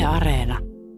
Areena.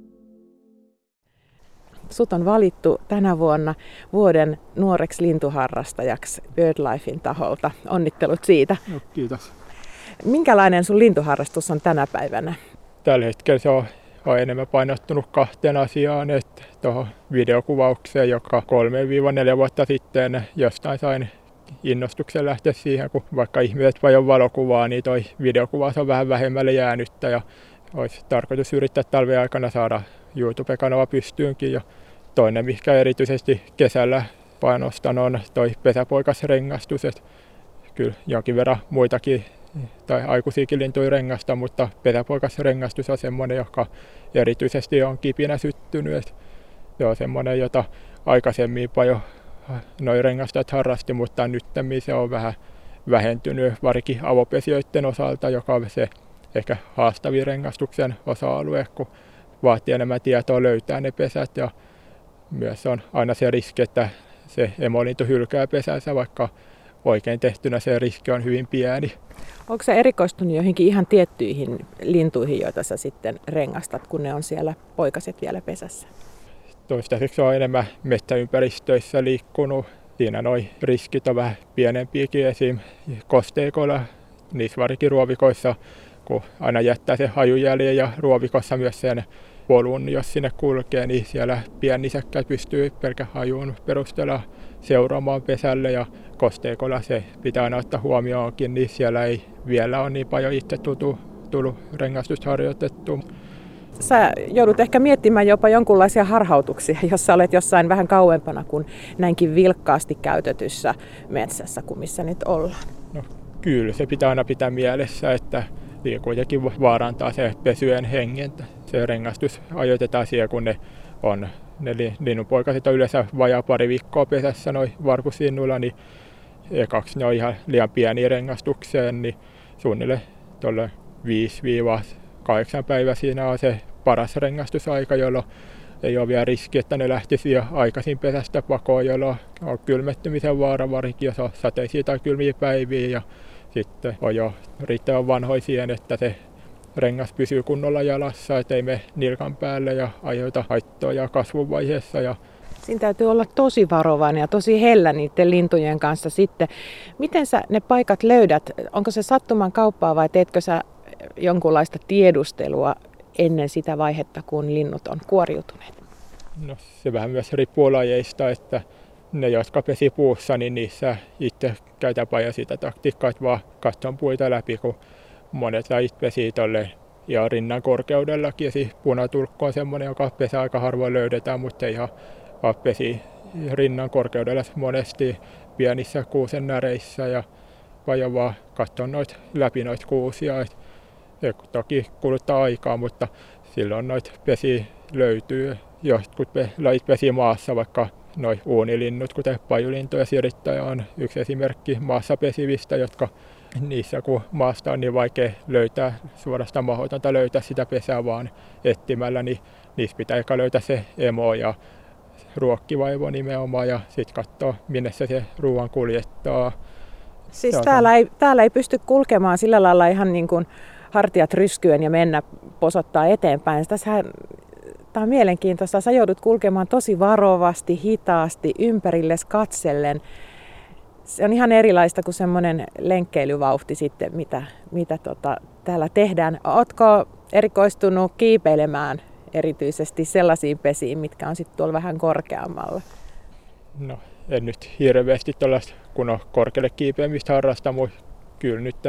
Sut on valittu tänä vuonna vuoden nuoreksi lintuharrastajaksi BirdLifen taholta. Onnittelut siitä. No, kiitos. Minkälainen sun lintuharrastus on tänä päivänä? Tällä hetkellä se on enemmän painottunut kahteen asiaan, että tuohon videokuvaukseen, joka 3-4 vuotta sitten jostain sain innostuksen lähteä siihen, kun vaikka ihmiset vain on valokuvaa, niin toi videokuvaus on vähän vähemmälle jäänyttä ja olisi tarkoitus yrittää talven aikana saada YouTube-kanava pystyynkin. Ja toinen, mikä erityisesti kesällä panostan, on toi pesäpoikasrengastus. Et kyllä jonkin verran muitakin tai aikuisiakin lintuja rengasta, mutta pesäpoikasrengastus on semmoinen, joka erityisesti on kipinä syttynyt. Et se on semmoinen, jota aikaisemmin paljon noi rengastajat harrasti, mutta nyt se on vähän vähentynyt varsinkin avopesijöiden osalta, joka on se ehkä haastavin rengastuksen osa-alue, kun vaatii enemmän tietoa löytää ne pesät ja myös on aina se riski, että se emolintu hylkää pesänsä, vaikka oikein tehtynä se riski on hyvin pieni. Onko sä erikoistunut joihinkin ihan tiettyihin lintuihin, joita sä sitten rengastat, kun ne on siellä poikaset vielä pesässä? Toistaiseksi on enemmän metsäympäristöissä liikkunut. Siinä noi riskit on vähän pienempiäkin, esim. Kosteikoilla, niissä varsinkin ruovikoissa, kun aina jättää se hajujäljen ja ruovikossa myös sen polun, jos sinne kulkee, niin siellä piennisäkkäät pystyy pelkän hajun perusteella seuraamaan pesälle ja kosteikolla se pitää aina ottaa huomioonkin, niin siellä ei vielä ole niin paljon itse tullut rengastusta harjoitettua. Sä joudut ehkä miettimään jopa jonkunlaisia harhautuksia, jos sä olet jossain vähän kauempana kuin näinkin vilkkaasti käytetyssä metsässä kuin missä nyt ollaan. No, kyllä, se pitää aina pitää mielessä, että kuitenkin vaarantaa se pesyjen hengen. Se rengastus ajoitetaan siihen, kun ne linnunpoikaset on yleensä vajaa pari viikkoa pesässä noin varpuslinnuilla, niin ekaksi ne on ihan liian pieniä rengastukseen, niin suunnilleen 5-8 päivää siinä on se paras rengastusaika, jolloin ei ole vielä riski, että ne lähtisi jo aikaisin pesästä pakoon, jolloin on kylmettymisen vaara, varsinkin jos on sateisia tai kylmiä päiviä. Ja sitten on jo riittävän vanhoja siihen, että se rengas pysyy kunnolla jalassa, ettei mene nilkan päälle ja aiheuta haittoja kasvuvaiheessa. Siinä täytyy olla tosi varovainen ja tosi hellä niiden lintujen kanssa sitten. Miten sä ne paikat löydät? Onko se sattuman kauppaa vai teetkö sä jonkunlaista tiedustelua ennen sitä vaihetta, kun linnut on kuoriutuneet? No, se vähän myös riippuu lajeista, että ne, jotka pesi puussa, niin niissä itse käytän paljon sitä taktiikkaa, että vaan katson puita läpi, kun monet lajit pesii tolle ja rinnan korkeudellakin. Ja siis punatulkko on semmoinen, joka pesää aika harvoin löydetään, mutta ei ihan pesi rinnan korkeudella monesti pienissä kuusen näreissä ja paljon vaan katson läpi noita kuusia. Se toki kuluttaa aikaa, mutta silloin noita pesiä löytyy. Jotkut lajit pesii maassa, vaikka noi uunilinnut, kuten pajulintu ja sirittäjä on yksi esimerkki maassa pesivistä, jotka niissä kun maasta on niin vaikea löytää, suorastaan mahdotonta löytää sitä pesää vaan etsimällä, niin niissä pitää eka löytää se emo ja ruokkivaivo nimenomaan ja sitten katsoa, minne se ruoan kuljettaa. Siis täällä ei pysty kulkemaan sillä lailla ihan niin kuin hartiat ryskyen ja mennä posottaa eteenpäin. Tämä on mielenkiintoista. Sä joudut kulkemaan tosi varovasti, hitaasti, ympärillesi katsellen. Se on ihan erilaista kuin semmoinen lenkkeilyvauhti sitten, mitä täällä tehdään. Ootko erikoistunut kiipeilemään erityisesti sellaisiin pesiin, mitkä on sitten tuolla vähän korkeammalla? No, en nyt hirveästi tuollaista, kun on korkealle kiipeämistä harrasta, mutta kyllä nyt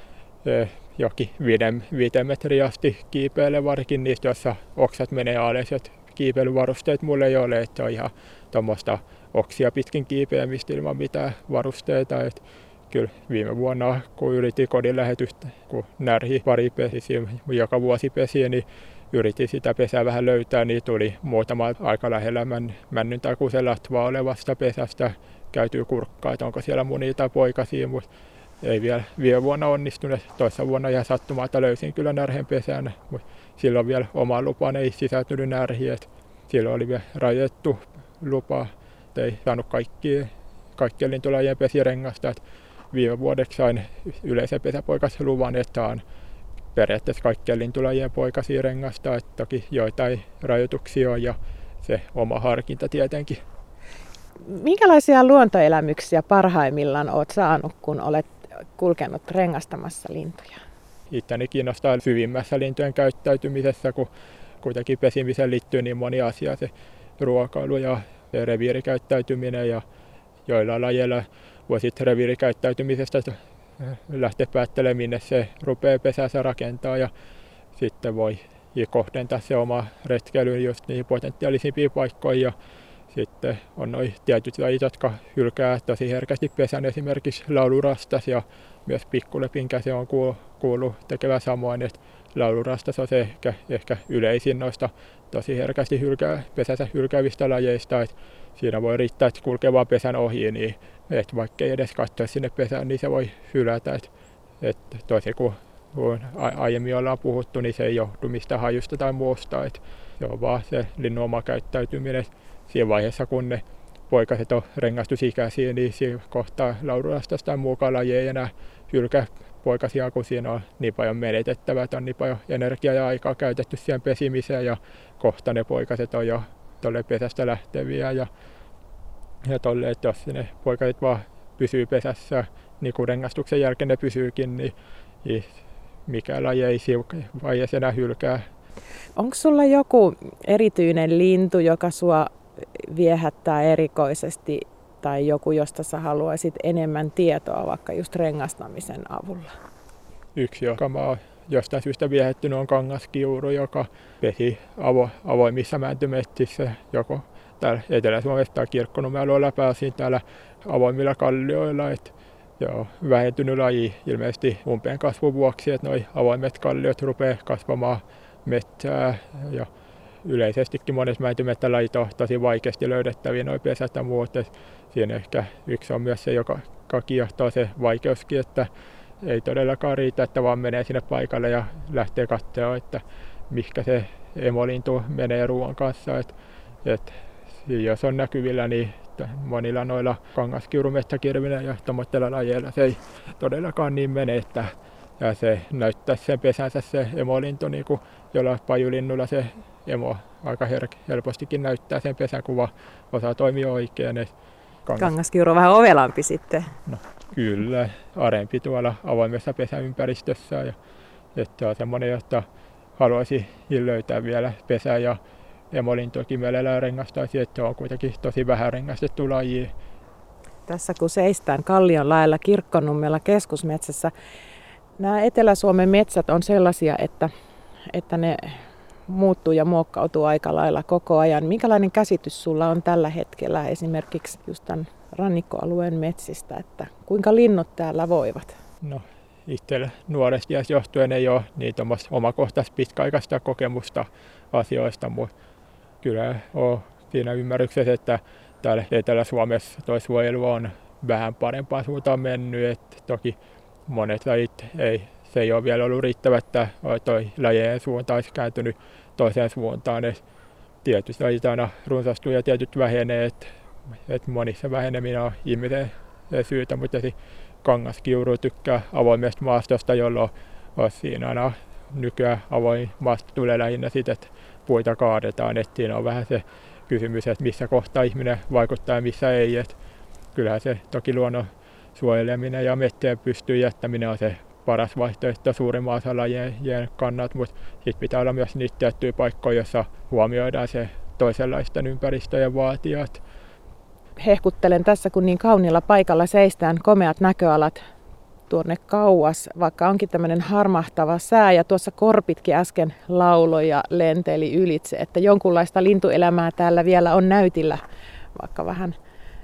jokin 5 metriä asti kiipeilee, varsinkin niistä, joissa oksat menee alas. Kiipeilyvarusteet mulle ei ole, että on ihan tuommoista oksia pitkin kiipeämistä ilman mitään varusteita. Et kyllä viime vuonna, kun yritin kodin lähetystä, kun närhi pari pesi, joka vuosi pesi, niin yritin sitä pesää vähän löytää, niin tuli muutama aika lähellä männyn tai kuusen latvaa olevasta pesästä. Käytyy kurkkaa, että onko siellä munia tai poikasia, mutta ei vielä viime vuonna onnistunut. Toissa vuonna ihan sattumalta löysin kyllä närhen pesän, mutta silloin vielä omaan lupaan ei sisältynyt närhiä. Silloin oli vielä rajoitettu lupa, että ei saanut kaikkien lintulajien pesirengasta. Viime vuodeksi sain yleisen pesäpoikasluvan, että saan periaatteessa kaikkien lintulajien poikasia rengastaa, että toki joitain rajoituksia on ja se oma harkinta tietenkin. Minkälaisia luontoelämyksiä parhaimmillaan olet saanut, kun olet kulkenut rengastamassa lintuja? Itseäni kiinnostaa syvimmässä lintujen käyttäytymisessä, kun kuitenkin pesimiseen liittyy niin moni asia, se ruokailu ja se reviirikäyttäytyminen ja joilla lajeilla voi sitten reviirikäyttäytymisestä lähteä päättelemään, minne se rupeaa pesänsä rakentaa ja sitten voi kohdentaa se oma retkeily just niihin potentiaalisimpiin paikkoihin ja sitten on nuo tietyt lajit, jotka hylkää tosi herkästi pesän, esimerkiksi laulurastas ja myös pikkulepinkä se on kuullut tekevän samoin, että laulurastas on se ehkä yleisin noista tosi herkästi pesänsä hylkäävistä lajeista, että siinä voi riittää, että kulkee vaan pesän ohi, niin että vaikka ei edes katsoa sinne pesään, niin se voi hylätä. Että tosi kun aiemmin ollaan puhuttu, niin se ei johdu mistään hajusta tai muusta, että se on vaan se linnun oma käyttäytyminen. Siinä vaiheessa, kun ne poikaset on rengastusikäisiä, niin siinä kohtaa laulurastas tai muukaan laji ei enää hylkää poikasia, kun siinä on niin paljon menetettävää, että on niin paljon energiaa ja aikaa käytetty siihen pesimiseen ja kohta ne poikaset on jo tolle pesästä lähteviä ja tolle, että jos ne poikaset vaan pysyy pesässä, niin kuin rengastuksen jälkeen ne pysyykin, niin mikään laji ei siinä vaiheessa enää hylkää. Onko sulla joku erityinen lintu, joka sua viehättää erikoisesti tai joku, josta sä haluaisit enemmän tietoa vaikka just rengastamisen avulla? Yksi, joka mä oon jostain syystä viehättynyt, on kangaskiuru, joka pesi avoimissa mäntymetsissä, joko täällä Etelä-Suomessa tai Kirkkonummella pääsin täällä avoimilla kallioilla. Joo, vähentynyt laji ilmeisesti umpeen kasvun vuoksi, että nuo avoimet kalliot rupeaa kasvamaan metsää ja yleisestikin monet mäntymetsälajit on tosi vaikeasti löydettäviä nuo pesät ja muut. Siinä ehkä yksi on myös se, joka kiehtoo se vaikeuskin, että ei todellakaan riitä, että vaan menee sinne paikalle ja lähtee katsomaan, että mihinkä se emolintu menee ruoan kanssa. Et jos on näkyvillä, niin monilla noilla kangaskiurumetsäkirvillä ja tommotteilla lajeilla se ei todellakaan niin mene, että ja se näyttää sen pesänsä se emolintu, niin kuin jollain pajulinnulla se emo aika helpostikin näyttää sen pesän, kun osaa toimia oikein. Kangaskiuru on vähän ovelampi sitten. No, kyllä, arempi tuolla avoimessa pesäympäristössä. Ja, että on semmoinen, jotta haluaisi löytää vielä pesää ja emolintuakin mielellään rengastaisi, että on kuitenkin tosi vähän rengastettu laji. Tässä kun seistään Kallion laella Kirkkonummella keskusmetsässä, nämä Etelä-Suomen metsät on sellaisia, että ne muuttuu ja muokkautuu aika lailla koko ajan. Minkälainen käsitys sulla on tällä hetkellä esimerkiksi just tämän rannikkoalueen metsistä, että kuinka linnut täällä voivat? No, itsellä nuoresta iästä johtuen ei ole niin omakohtaista pitkäaikaista kokemusta asioista, mutta kyllä on siinä ymmärryksessä, että täällä Etelä-Suomessa tuo suojelu on vähän parempaan suuntaan mennyt, että toki monet lajit se ei ole vielä ollut riittävä, että tuo lajien suunta olisi kääntynyt toiseen suuntaan. Tietyt lajit aina runsastuu ja tietyt vähenee, että monissa väheneminen on ihmisen syytä, mutta kangaskiuru tykkää avoimesta maastosta, jolloin siinä aina nykyään avoin maasto tulee lähinnä siitä, että puita kaadetaan. Että siinä on vähän se kysymys, että missä kohtaa ihminen vaikuttaa ja missä ei. Että kyllähän se toki luonnon suojeleminen ja metsien pystyyn jättäminen on se paras vaihtoehto suurimman osan lajien kannat, mutta sitten pitää olla myös niitä tiettyjä paikkoja, joissa huomioidaan se toisenlaisten ympäristöjen vaatijat. Hehkuttelen tässä, kun niin kauniilla paikalla seistään, komeat näköalat tuonne kauas, vaikka onkin tämmöinen harmahtava sää ja tuossa korpitkin äsken lauloi ja lenteli ylitse, että jonkunlaista lintuelämää täällä vielä on näytillä, vaikka vähän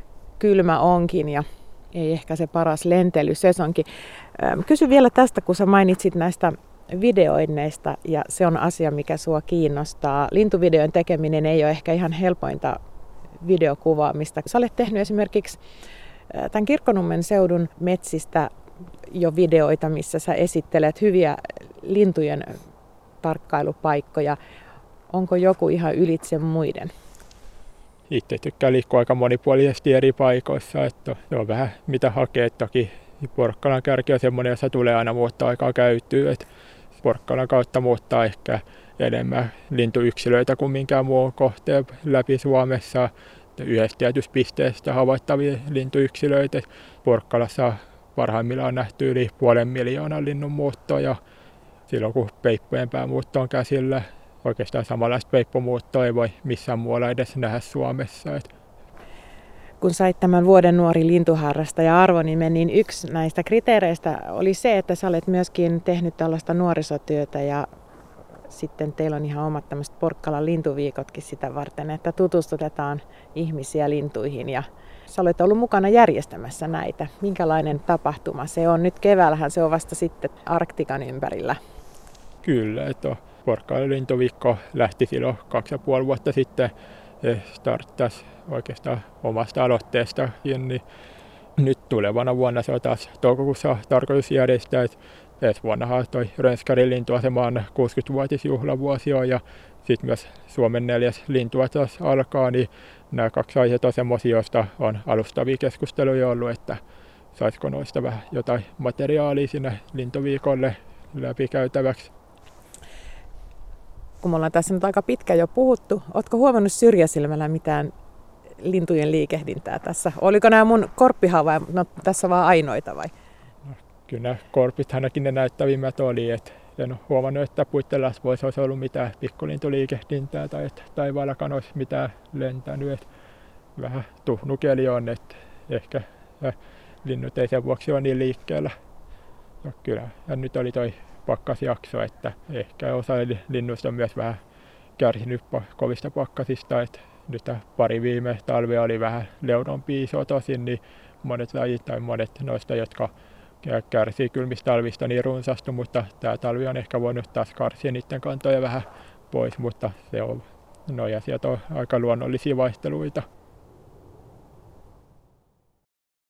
kylmä onkin ja ei ehkä se paras lentelysesonki. Kysy vielä tästä, kun sä mainitsit näistä videoinneista ja se on asia, mikä sua kiinnostaa. Lintuvideon tekeminen ei ole ehkä ihan helpointa videokuvaamista. Sä olet tehnyt esimerkiksi tämän Kirkkonummen seudun metsistä jo videoita, missä sä esittelet hyviä lintujen tarkkailupaikkoja. Onko joku ihan ylitse muiden? Itse tykkään liikkua aika monipuolisesti eri paikoissa, että se on vähän mitä hakee. Toki Porkkalan kärki on semmoinen, jossa tulee aina vuotta aikaa käytyä. Että Porkkalan kautta muuttaa ehkä enemmän lintuyksilöitä kuin minkään muun kohteen läpi Suomessa. Yhdessä tietystä pisteestä havaittavia lintuyksilöitä. Porkkalassa parhaimmillaan on nähty yli 500,000 linnun muuttoa ja silloin kun peippojen päämuutto on käsillä, oikeastaan samanlaista peippomuuttoa ei voi missään muualla edes nähdä Suomessa. Kun sait tämän vuoden nuori lintuharrastaja arvonimen, niin yksi näistä kriteereistä oli se, että sä olet myöskin tehnyt tällaista nuorisotyötä ja sitten teillä on ihan omat tämmöiset Porkkalan lintuviikotkin sitä varten, että tutustutetaan ihmisiä lintuihin ja sä olet ollut mukana järjestämässä näitä. Minkälainen tapahtuma se on? Nyt keväällähän se on vasta sitten Arktikan ympärillä. Kyllä, että Porkkalan lintuviikko lähti silloin 2,5 vuotta sitten. Starttasi oikeastaan omasta aloitteestakin, niin nyt tulevana vuonna se on taas toukokuussa tarkoitus järjestää. Ensi vuonnahan toi Rönnskärrin lintuasema on 60-vuotisjuhlavuosi ja sitten myös Suomen 4. lintuatos alkaa, niin nämä 2 aihetta on semmoisia, joista on alustavia keskusteluja ollut, että saisiko noista vähän jotain materiaalia sinne lintuviikolle läpikäytäväksi. Kun me ollaan tässä nyt aika pitkä jo puhuttu, ootko huomannut syrjäsilmällä mitään lintujen liikehdintää tässä? Oliko nämä mun korppihavaintot tässä vaan ainoita vai? No, kyllä nämä korpit ainakin ne näyttävimmät oli, että en ole huomannut, että puitten lasvoissa olisi ollut mitään pikkulintuliikehdintää tai että taivaallakaan olisi mitään lentänyt. Että vähän tuhnukeli on, että ehkä linnut ei sen vuoksi ole niin liikkeellä. Ja kyllä, ja nyt oli toi pakkasjakso, että ehkä osa linnuista on myös vähän kärsinyt kovista pakkasista. Että nyt pari viime talvea oli vähän leudompia iso tosin, niin monet lajit tai monet noista, jotka kärsii kylmistä talvista niin runsaasti, mutta tämä talvi on ehkä voinut taas karsia niiden kantoja vähän pois, mutta se on, noi asiat on aika luonnollisia vaihteluita.